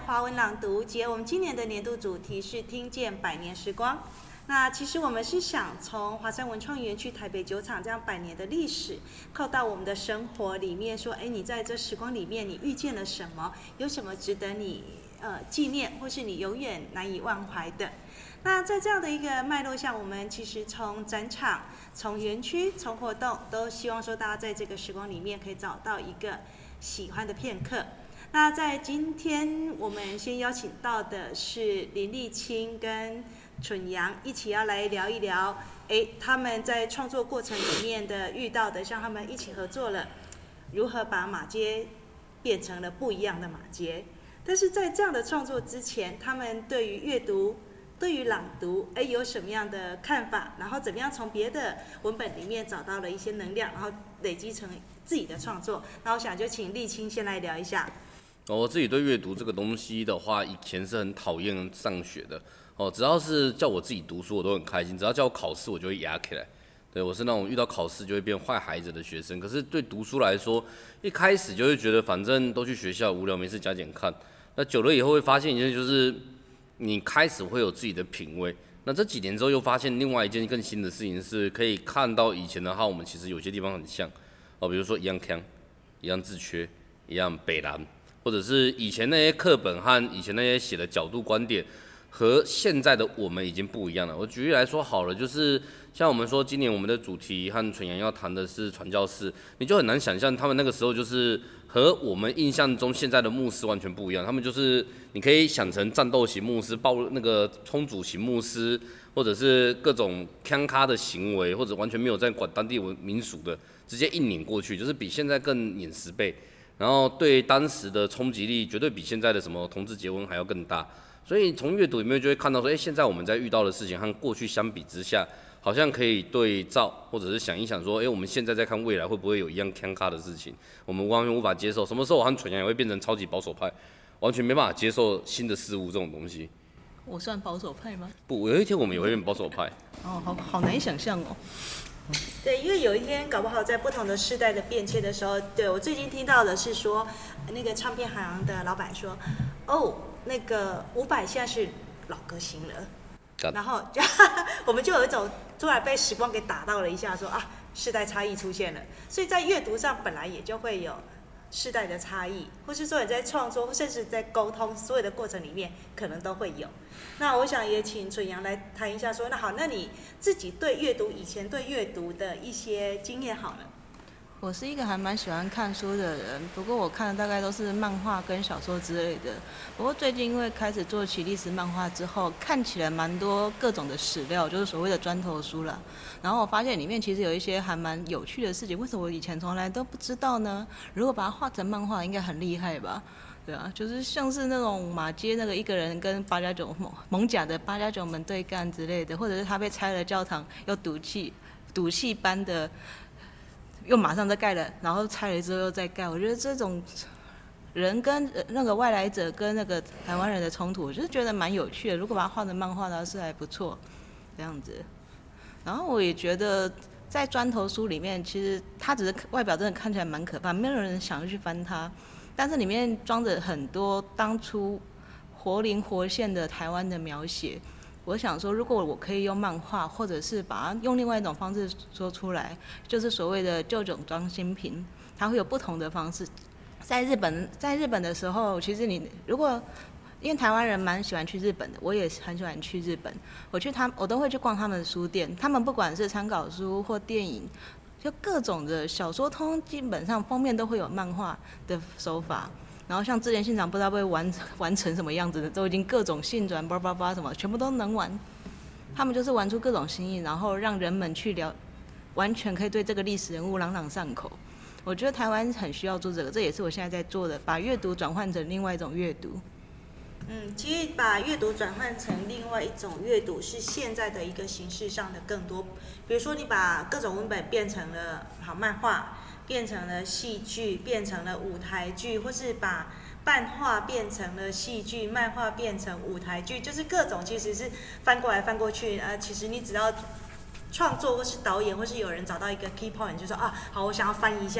华文朗读节，我们今年的年度主题是听见百年时光。那其实我们是想从华山文创园区、台北酒厂这样100年的历史，扣到我们的生活里面，说，你在这时光里面，你遇见了什么？有什么值得你纪念，或是你永远难以忘怀的？那在这样的一个脉络下，我们其实从展场、从园区、从活动，都希望说大家在这个时光里面可以找到一个喜欢的片刻。那在今天，我们先邀请到的是林立青跟蠢阳一起要来聊一聊，他们在创作过程里面的遇到的，像他们一起合作了，如何把马街变成了不一样的马街。但是在这样的创作之前，他们对于阅读、对于朗读，有什么样的看法？然后怎么样从别的文本里面找到了一些能量，然后累积成自己的创作。那我想就请立青先来聊一下。 我自己对阅读这个东西的话，以前是很讨厌上学的。只要是叫我自己读书，我都很开心；只要叫我考试，我就会压起来。对，我是那种遇到考试就会变坏孩子的学生。可是对读书来说，一开始就会觉得反正都去学校无聊，没事加减看。那久了以后会发现一件，就是你开始会有自己的品味。那这几年之后又发现另外一件更新的事情，是可以看到以前的话，我们其实有些地方很像。比如说一样腔，一样自缺，一样北蓝。或者是以前那些课本和以前那些写的角度观点，和现在的我们已经不一样了。我举例来说好了，就是像我们说今年我们的主题和蠢阳要谈的是传教士，你就很难想象他们那个时候就是和我们印象中现在的牧师完全不一样。他们就是你可以想成战斗型牧师、那个冲煮型牧师，或者是各种腔咖的行为，或者完全没有在管当地民俗的，直接一拧过去，就是比现在更碾10倍。然后对当时的冲击力绝对比现在的什么同志结婚还要更大，所以从阅读里面就会看到说，现在我们在遇到的事情和过去相比之下，好像可以对照，或者是想一想说，我们现在在看未来会不会有一样腔咖的事情，我们完全无法接受。什么时候我和蠢阳也会变成超级保守派，完全没办法接受新的事物这种东西。 我算保守派吗？ 不，有一天我们也会变保守派。 好难以想象哦。 对，因为有一天搞不好在不同的世代的变迁的时候，对，我最近听到的是说，那个唱片行的老板说，那个伍佰现在是老歌星了，然后我们就有一种突然被时光给打到了一下，说世代差异出现了，所以在阅读上本来也就会有世代的差异，或是说你在创作，甚至在沟通所有的过程里面，可能都会有。那我想也请蠢阳来谈一下说，那好，那你自己对阅读以前对阅读的一些经验好了。 我是一个还蛮喜欢看书的人，不过我看的大概都是漫画跟小说之类的。不过最近因为开始做起历史漫画之后，看起来蛮多各种的史料，就是所谓的砖头书啦。然后我发现里面其实有一些还蛮有趣的事情，为什么我以前从来都不知道呢？如果把它画成漫画，应该很厉害吧？对啊，就是像是那种马街那个一个人跟8+9蒙甲的8+9们对干之类的，或者是他被拆了教堂又赌气般的。又马上再盖了，然后拆了之后又再盖。我觉得这种人跟那个外来者跟那个台湾人的冲突，我就是觉得蛮有趣的。如果把它画成漫画的话，是还不错这样子。然后我也觉得在砖头书里面，其实它只是外表真的看起来蛮可怕，没有人想要去翻它。但是里面装着很多当初活灵活现的台湾的描写。我想说，如果我可以用漫画，或者是把它用另外一种方式说出来，就是所谓的旧种装新瓶，它会有不同的方式。在日本的时候，其实你如果因为台湾人蛮喜欢去日本的，我也很喜欢去日本。我都会去逛他们的书店，他们不管是参考书或电影，就各种的小说通，基本上封面都会有漫画的手法。然后像之前现场不知道会玩成什么样子的，都已经各种性转叭叭叭什么，全部都能玩。他们就是玩出各种新意，然后让人们去完全可以对这个历史人物朗朗上口。我觉得台湾很需要做这个，这也是我现在在做的，把阅读转换成另外一种阅读。 其实把阅读转换成另外一种阅读是现在的一个形式上的更多。比如说你把各种文本变成了漫画。变成了戏剧，变成了舞台剧，或是把漫画变成了戏剧，漫画变成舞台剧，就是各种其实是翻过来翻过去。其实你只要创作或是导演或是有人找到一个 key point， 就说好，我想要翻一下，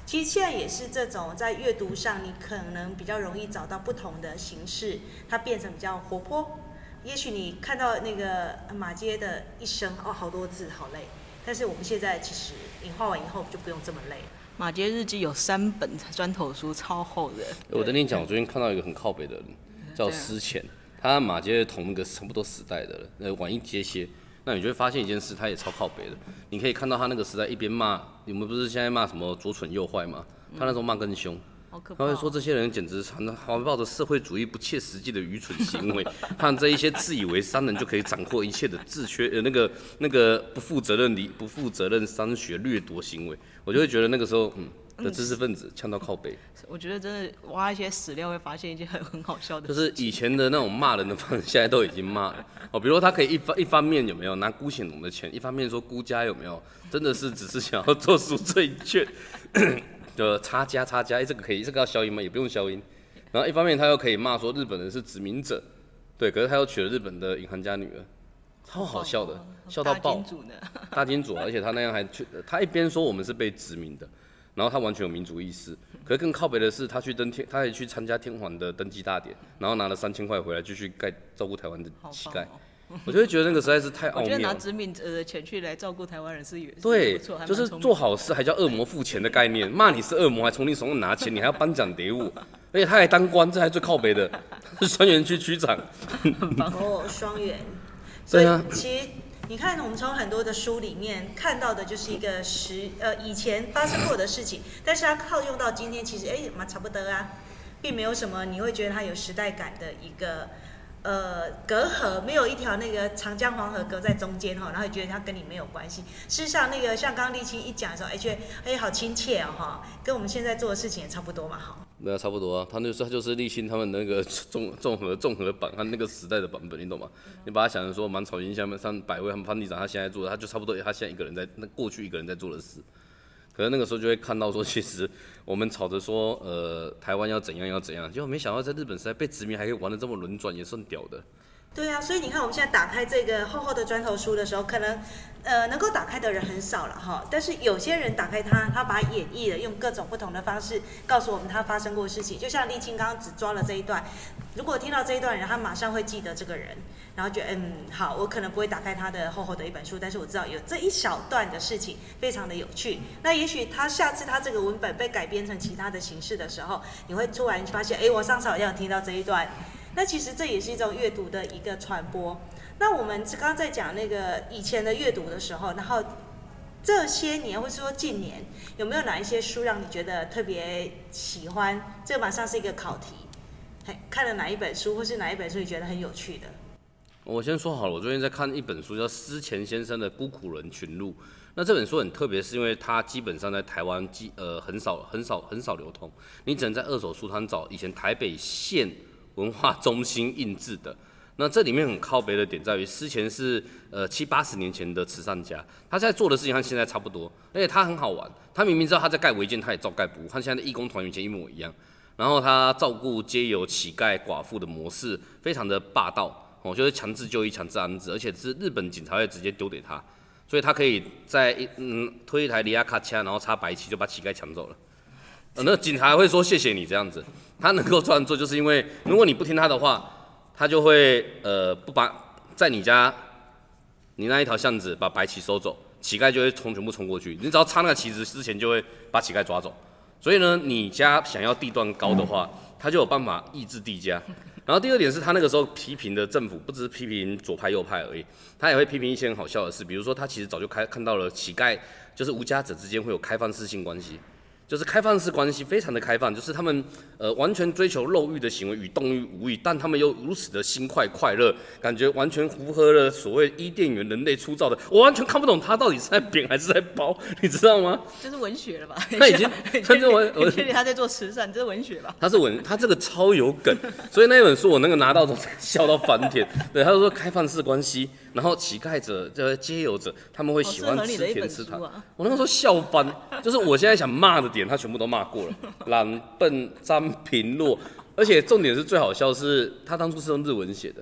其实现在也是这种在阅读上，你可能比较容易找到不同的形式，它变成比较活泼。也许你看到那个马街的一生，好多字，好累。但是我们现在其实你画完以后就不用这么累了。 马街日记有3本砖头书，超厚的。 我跟你讲，我最近看到一个很靠北的人，叫思前，他马街同那个差不多时代的人，晚一些。那你就会发现一件事，他也超靠北的。你可以看到他那个时代一边骂，你们不是现在骂什么左蠢右坏吗？他那时候骂更凶。他会说这些人简直是环抱着社会主义不切实际的愚蠢行为，他们这一些自以为商人就可以掌握一切的那个不负责任商学掠夺行为，我就会觉得那个时候的知识分子呛到靠北。 我觉得真的挖一些史料会发现一件很好笑的事情，就是以前的那种骂人的方式，现在都已经骂了。比如说他可以一方面有没有拿辜显荣的钱，一方面说辜家有没有真的是只是想要做赎罪券。就差价，这个可以，这个要消音吗？也不用消音。然后一方面他又可以骂说日本人是殖民者，对，可是他又娶了日本的银行家女儿，超好笑的，笑到爆。大金主，而且他那样还去，他一边说我们是被殖民的，然后他完全有民主意识。可是更靠北的是，他也去参加天皇的登基大典，然后拿了3000块回来继续照顾台湾的乞丐。我就会觉得那个实在是太奥妙了。 我觉得拿殖民者的钱去来照顾台湾人是对， 不错， 就是做好事还叫恶魔付钱的概念，骂你是恶魔还从你手上拿钱，你还要颁奖礼物，而且他还当官，这还最靠北的，是双园区区长。 双园。所以其实你看，我们从很多的书里面看到的就是一个以前发生过的事情，但是它套用到今天，其实差不多啊，并没有什么你会觉得它有时代感的一个。隔阂，没有一条那个长江黄河隔在中间哈，然后觉得它跟你没有关系。事实上，那个像刚刚立青一讲的时候，觉得好亲切哦哈，跟我们现在做的事情也差不多嘛哈。 对啊，差不多啊，他就是立青他们那个综合版和那个时代的版本，你懂吗？你把它想成说满草原下面300位他们班里长，他现在做的，他就差不多他现在一个人在过去一个人在做的事。可是那个时候就会看到说，其实我们吵着说，台湾要怎样，结果没想到在日本时代被殖民还可以玩得这么轮转，也算屌的。 对啊，所以你看我们现在打开这个厚厚的砖头书的时候，可能能够打开的人很少了哈。但是有些人打开他把它演绎了，用各种不同的方式告诉我们他发生过的事情。就像立青刚刚只抓了这一段，如果听到这一段人，他马上会记得这个人，然后觉得好，我可能不会打开他的厚厚的一本书，但是我知道有这一小段的事情非常的有趣。那也许他下次他这个文本被改编成其他的形式的时候，你会突然发现，我上次好像有听到这一段。那其实这也是一种阅读的一个传播。那我们刚刚在讲那个以前的阅读的时候，然后这些年或是说近年，有没有哪一些书让你觉得特别喜欢？这个马上是一个考题。看了哪一本书，或是哪一本书你觉得很有趣的？ 我先说好了，我最近在看一本书，叫思前先生的《孤苦人群录》。那这本书很特别，是因为它基本上在台湾很少流通，你只能在二手书摊找以前台北县文化中心印制的。那这里面很靠北的点在于，思前是70、80年前的慈善家，他现在做的事情和现在差不多，而且他很好玩。他明明知道他在盖违建，他也照盖不误，和现在的义工团员前一模一样。然后他照顾街友、乞丐、寡妇的模式非常的霸道，就是强制就医、强制安置，而且是日本警察会直接丢给他，所以他可以在推一台里亚卡车，然后插白旗就把乞丐抢走了。那警察还会说谢谢你这样子。他能够这样做，就是因为如果你不听他的话，他就会不把在你那一条巷子把白旗收走，乞丐就会全部冲过去。你只要插那个旗子之前，就会把乞丐抓走。所以呢，你家想要地段高的话，他就有办法抑制地价。然后第二点是他那个时候批评的政府，不只是批评左派右派而已，他也会批评一些很好笑的事，比如说他其实早就看到了乞丐就是无家者之间会有开放式性关系。就是开放式关系非常的开放，就是他们完全追求肉欲的行为与动欲无异，但他们又如此的心快乐，感觉完全符合了所谓伊甸园人类粗糙的。我完全看不懂他到底是在贬还是在褒，你知道吗？ 这是文学了吧？ 他已经， 我确定他在做慈善，这是文学吧？ 他这个超有梗，所以那本书我拿到都笑到翻天。对，他就说开放式关系，然后乞丐者、街友者，他们会喜欢吃甜吃糖。我那个时候笑翻，就是我现在想骂的点，他全部都骂过了，懒笨、沾贫弱，而且重点是最好笑是，他当初是用日文写的，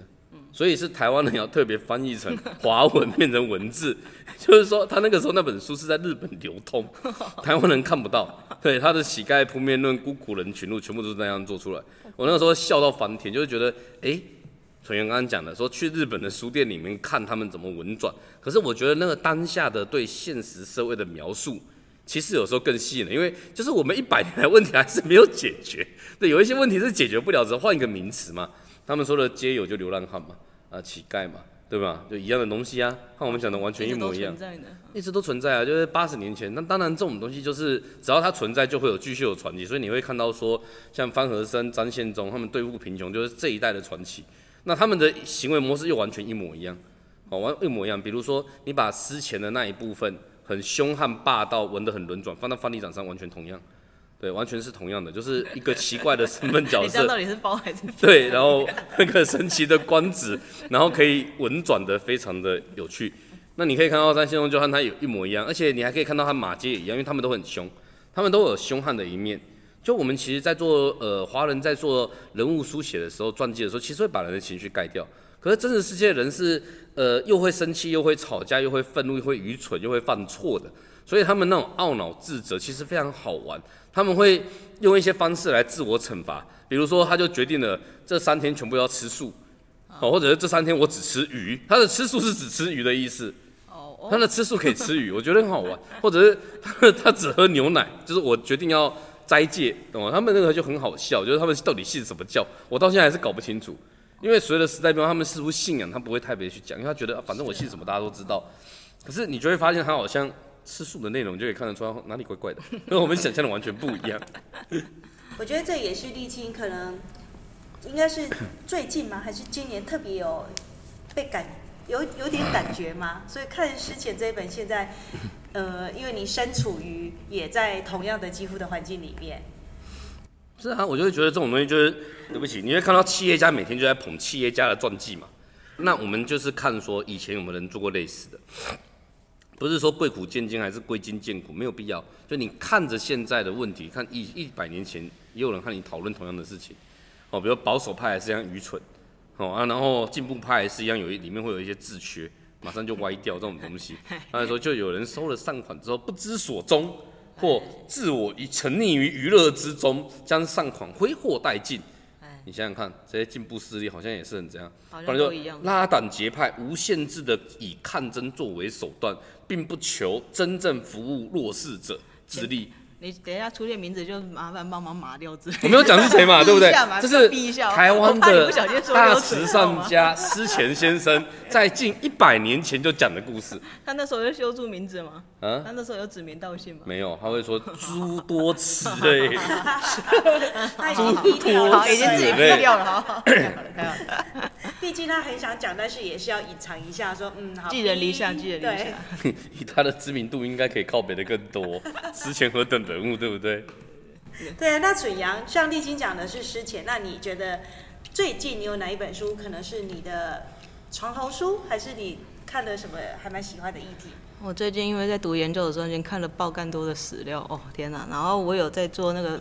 所以是台湾人要特别翻译成华文变成文字，就是说他那个时候那本书是在日本流通，台湾人看不到。对，他的《乞丐扑面论》《孤苦人群录》全部都是那样做出来。我那个时候笑到翻天，就是觉得，纯元刚刚讲的，说去日本的书店里面看他们怎么文转，可是我觉得那个当下的对现实社会的描述，其实有时候更吸引人，因为就是我们100年来问题还是没有解决，对，有一些问题是解决不了，只换一个名词嘛。他们说的街友就流浪汉嘛，乞丐嘛，对吧？就一样的东西啊，和我们讲的完全一模一样，一直都存在啊，就是80年前。那当然这种东西就是只要它存在，就会继续有传奇，所以你会看到说，像方和生、张献忠他们对付贫穷，就是这一代的传奇。那他们的行为模式又完全一模一样，一模一样。比如说，你把诗前的那一部分很凶悍霸道，文得很轮转，放到范例长上完全同样。对，完全是同样的，就是一个奇怪的身份角色。 你这样到底是包还是包？ 对，然后那个神奇的官职，然后可以文转的非常的有趣。那你可以看到张献忠就和他有一模一样，而且你还可以看到他马街也一样，因为他们都很凶，他们都有凶悍的一面。就我们其实在做华人在做人物书写的时候，传记的时候，其实会把人的情绪盖掉。可是真实世界的人是又会生气，又会吵架，又会愤怒，又会愚蠢，又会犯错的。所以他们那种懊恼自责其实非常好玩，他们会用一些方式来自我惩罚，比如说他就决定了这3天全部要吃素，或者是这3天我只吃鱼，他的吃素是只吃鱼的意思，他的吃素可以吃鱼，我觉得很好玩，或者是他只喝牛奶，就是我决定要斋戒，懂吗？他们那个就很好笑，就是他们到底信什么教，我到现在还是搞不清楚，因为随着时代变化，他们似乎信仰他不会特别去讲，因为他觉得反正我信什么大家都知道，可是你就会发现他好像吃素的内容就可以看得出来哪里怪怪的，跟我们想象的完全不一样。 我觉得这也是立青可能应该是最近吗？还是今年特别有被有点感觉吗？所以看诗前这一本，现在因为你身处于也在同样的肌肤的环境里面。 是啊，我就会觉得这种东西就是对不起，你会看到企业家每天就在捧企业家的传记嘛。那我们就是看说以前有没有人做过类似的。不是说贵苦贱精还是贵精贱苦，没有必要。就你看着现在的问题，看100年前也有人和你讨论同样的事情，比如保守派还是一样愚蠢，然后进步派还是一样里面会有一些自缺，马上就歪掉这种东西。那时候就有人收了善款之后不知所终，或自我沉溺于娱乐之中，将善款挥霍殆尽。你想想看，这些进步势力好像也是很这样， 好像都一样。 拉党结派，无限制的以抗争作为手段，并不求真正服务弱势者之力。 你等一下出现名字就麻烦帮忙码掉之类的。 我没有讲是谁嘛，对不对？这是台湾的大时尚家施钱先生在近100年前就讲的故事。 他那时候有修注名字吗？他那时候有指名道姓吗？ 没有，他会说诸多此类。 他已经低调了， 已经自己低调了，好，太好了。 毕竟他很想讲，但是也是要隐藏一下，说好。 寄人篱下，寄人篱下。 以他的知名度，应该可以靠北的更多。诗前何等人物，对不对？ 对啊，那准阳像立青讲的是诗前，那你觉得最近你有哪一本书可能是你的床头书，还是你看了什么还蛮喜欢的议题？ 我最近因为在读研究的时候，已经看了爆干多的史料，哦天哪！然后我有在做那个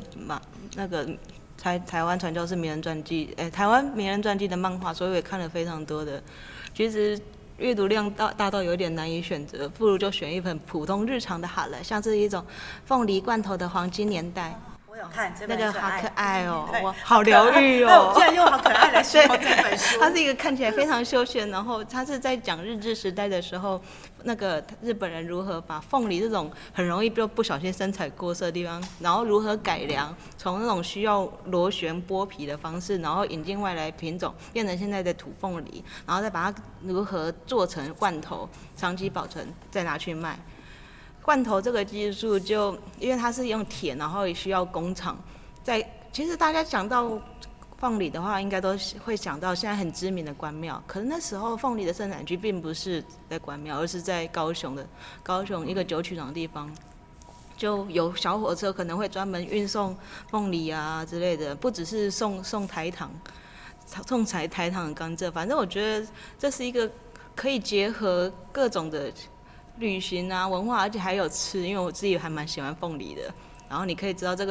台湾传教士名人传记，台湾名人传记的漫画，所以我也看了非常多的。其实阅读量大到有点难以选择，不如就选一本普通日常的好了，像是一种凤梨罐头的黄金年代。 我有看这本， 那个好可爱哦，哇，好疗愈哦！ 我竟然用好可爱来形容这本书。 它是一个看起来非常休闲，然后它是在讲日治时代的时候，那个日本人如何把凤梨这种很容易就不小心生产过色的地方，然后如何改良，从那种需要螺旋剥皮的方式，然后引进外来品种，变成现在的土凤梨，然后再把它如何做成罐头，长期保存，再拿去卖。罐头这个技术就因为它是用铁，然后也需要工厂。其实大家讲到凤梨的话，应该都会想到现在很知名的关庙。可是那时候凤梨的生产区并不是在关庙，而是在高雄一个酒曲场的地方，就有小火车可能会专门运送凤梨啊之类的，不只是送台糖的甘蔗。反正我觉得这是一个可以结合各种的旅行啊、文化，而且还有吃，因为我自己还蛮喜欢凤梨的。然后你可以知道这个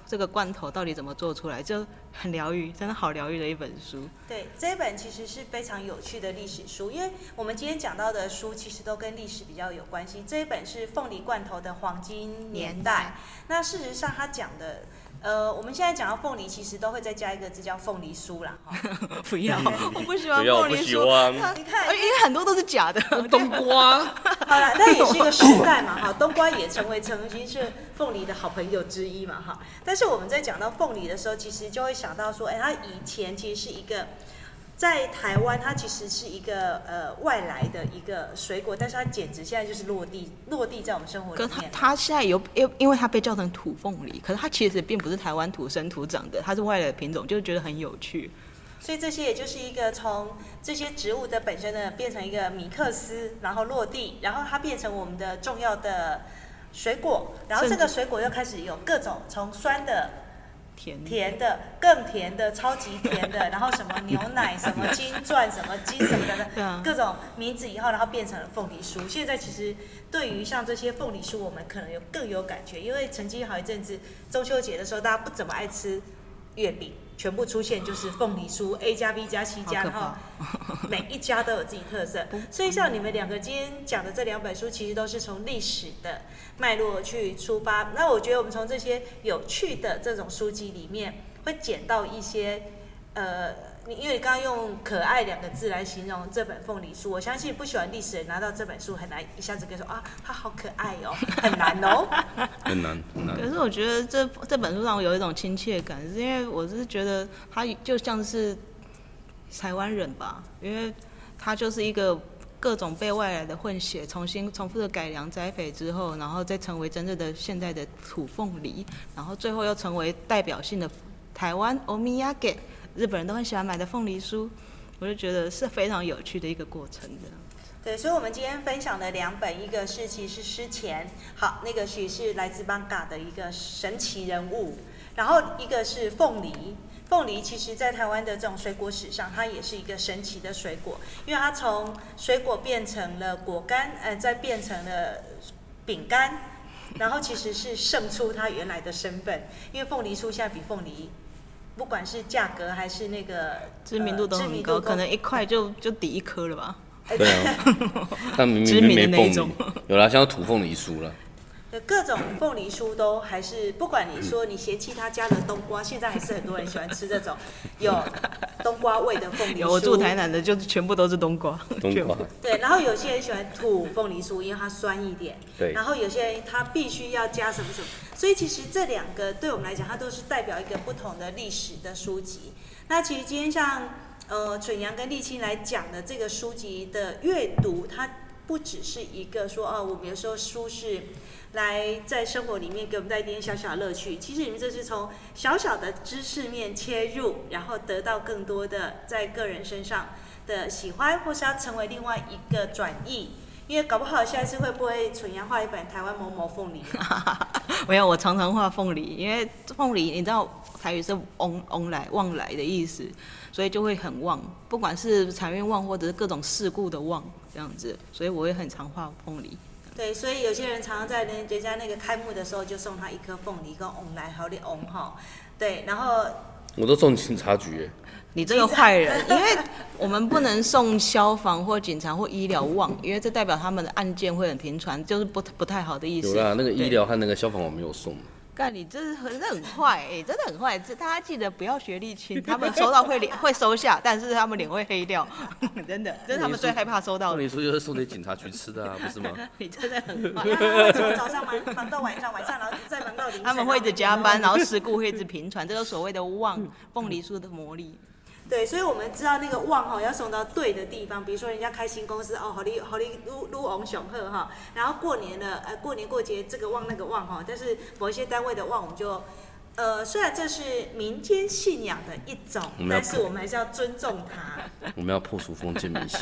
这个罐头到底怎么做出来，就很疗愈，真的好疗愈的一本书。 对，这一本其实是非常有趣的历史书，因为我们今天讲到的书其实都跟历史比较有关系。这一本是凤梨罐头的黄金年代，那事实上它讲的。我们现在讲到凤梨，其实都会再加一个字叫凤梨酥啦。 不要，我不喜欢凤梨酥。 你看， 因为很多都是假的。 冬瓜， 好了，那也是一个时代嘛，哈，冬瓜也曾经是凤梨的好朋友之一嘛，哈。但是我们在讲到凤梨的时候，其实就会想到说，它以前其实是一个。在台湾，它其实是一个外来的一个水果，但是它简直现在就是落地在我们生活里面。 可它现在因为它被叫成土凤梨，可是它其实并不是台湾土生土长的，它是外来的品种，就觉得很有趣。 所以这些也就是一个从这些植物的本身呢，变成一个米克斯，然后落地，然后它变成我们的重要的水果，然后这个水果又开始有各种从酸的。甜的、更甜的、超级甜的，然后什么牛奶、什么金钻、什么金什么的，各种名字以后，然后变成了凤梨酥。现在其实对于像这些凤梨酥，我们可能更有感觉，因为曾经好一阵子中秋节的时候，大家不怎么爱吃月饼，全部出现就是凤梨酥 A 加 B 加 C 加，然后每一家都有自己特色。所以像你们两个今天讲的这两本书，其实都是从历史的脉络去出发。那我觉得我们从这些有趣的这种书籍里面，会捡到一些因为你刚刚用可爱2个字来形容这本凤梨酥，我相信不喜欢历史的人拿到这本书很难一下子跟说啊，它好可爱哦，很难哦， 很难。 可是我觉得这本书让我有一种亲切感，是因为我是觉得它就像是台湾人吧，因为它就是一个各种被外来的混血重复的改良栽培之后，然后再成为真正的现在的土凤梨，然后最后又成为代表性的台湾欧米亚给。日本人都很喜欢买的凤梨酥，我就觉得是非常有趣的一个过程的。 对，所以我们今天分享的2本，一个是其实是诗前，好，那个是来自邦嘎的一个神奇人物，然后一个是凤梨。凤梨其实在台湾的这种水果史上，它也是一个神奇的水果，因为它从水果变成了果干，再变成了饼干，然后其实是胜出它原来的身份，因为凤梨酥现在比凤梨。不管是价格还是那个知名度都很高，可能1块就抵1颗了吧。 对啊，但明明没凤梨，有啦，像土凤梨酥了。 各种凤梨酥都还是，不管你说你嫌弃它加了冬瓜，现在还是很多人喜欢吃这种有冬瓜味的凤梨酥。 有我住台南的，就全部都是冬瓜。 对，然后有些人喜欢土凤梨酥，因为它酸一点。 对。 然后有些人他必须要加什么什么，所以其实这2个对我们来讲，它都是代表一个不同的历史的书籍。那其实今天像chuẩn阳跟立青来讲的这个书籍的阅读，它不只是一个说我们有时候书是来在生活里面给我们带一点小小的乐趣。其实你们这是从小小的知识面切入，然后得到更多的在个人身上的喜欢，或是要成为另外一个转译。因为搞不好下一次会不会chuẩn阳画一本台湾某某凤梨？ 没有，我常常画凤梨，因为凤梨你知道台语是旺来的意思，所以就会很旺，不管是财运旺或者是各种事故的旺这样子，所以我也很常画凤梨。 对，所以有些人常常在人家那个开幕的时候就送他1颗凤梨跟翁来，好你翁哈。对，然后我都送警察局耶。 你这个坏人，因为我们不能送消防或警察或医疗旺，因为这代表他们的案件会很频传，就是不太好的意思。 有啦，那个医疗和那个消防我没有送。 干，你这很坏真的很坏。大家记得不要学立青，他们收到会收下，但是他们脸会黑掉，真的，这是他们最害怕收到的。 凤梨酥就是送给警察局吃的啊，不是吗？ 你真的很坏。 从早上忙到晚上，然后再忙到凌晨。 他们会一直加班，然后事故会一直频传，这个所谓的旺凤梨酥的魔力。 对，所以我们知道那个旺要送到对的地方，比如说人家开新公司好你撸翁雄鹤哈，然后过年了过年过节这个旺那个旺但是某一些单位的旺我们就虽然这是民间信仰的一种，但是我们还是要尊重它。 我们要破除封建迷信。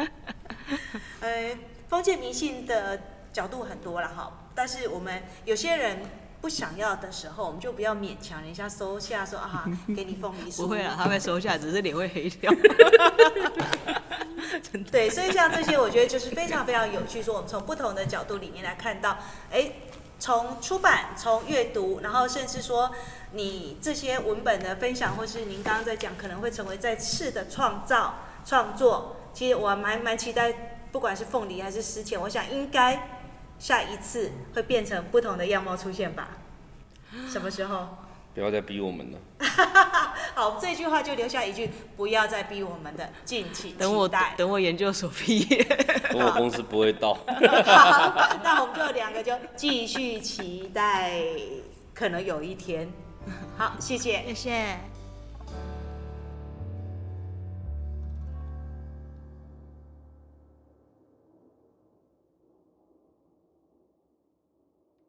封建迷信的角度很多了哈，但是我们有些人不想要的时候，我们就不要勉强人家收下，说给你凤梨酥。 不会啦，他会收下，只是脸会黑掉。 对，所以像这些，我觉得就是非常非常有趣。说我们从不同的角度里面来看到， 从出版、从阅读，然后甚至说你这些文本的分享，或是您刚刚在讲，可能会成为再次的创作。其实我蛮期待，不管是凤梨还是诗钱，我想应该下一次会变成不同的样貌出现吧？什么时候？ 不要再逼我们了。 好，这句话就留下一句：不要再逼我们的，敬请期待。 等我研究所毕业， 等我公司不会到。 好，那我们就两个就继续期待，可能有一天。好，谢谢。 谢谢。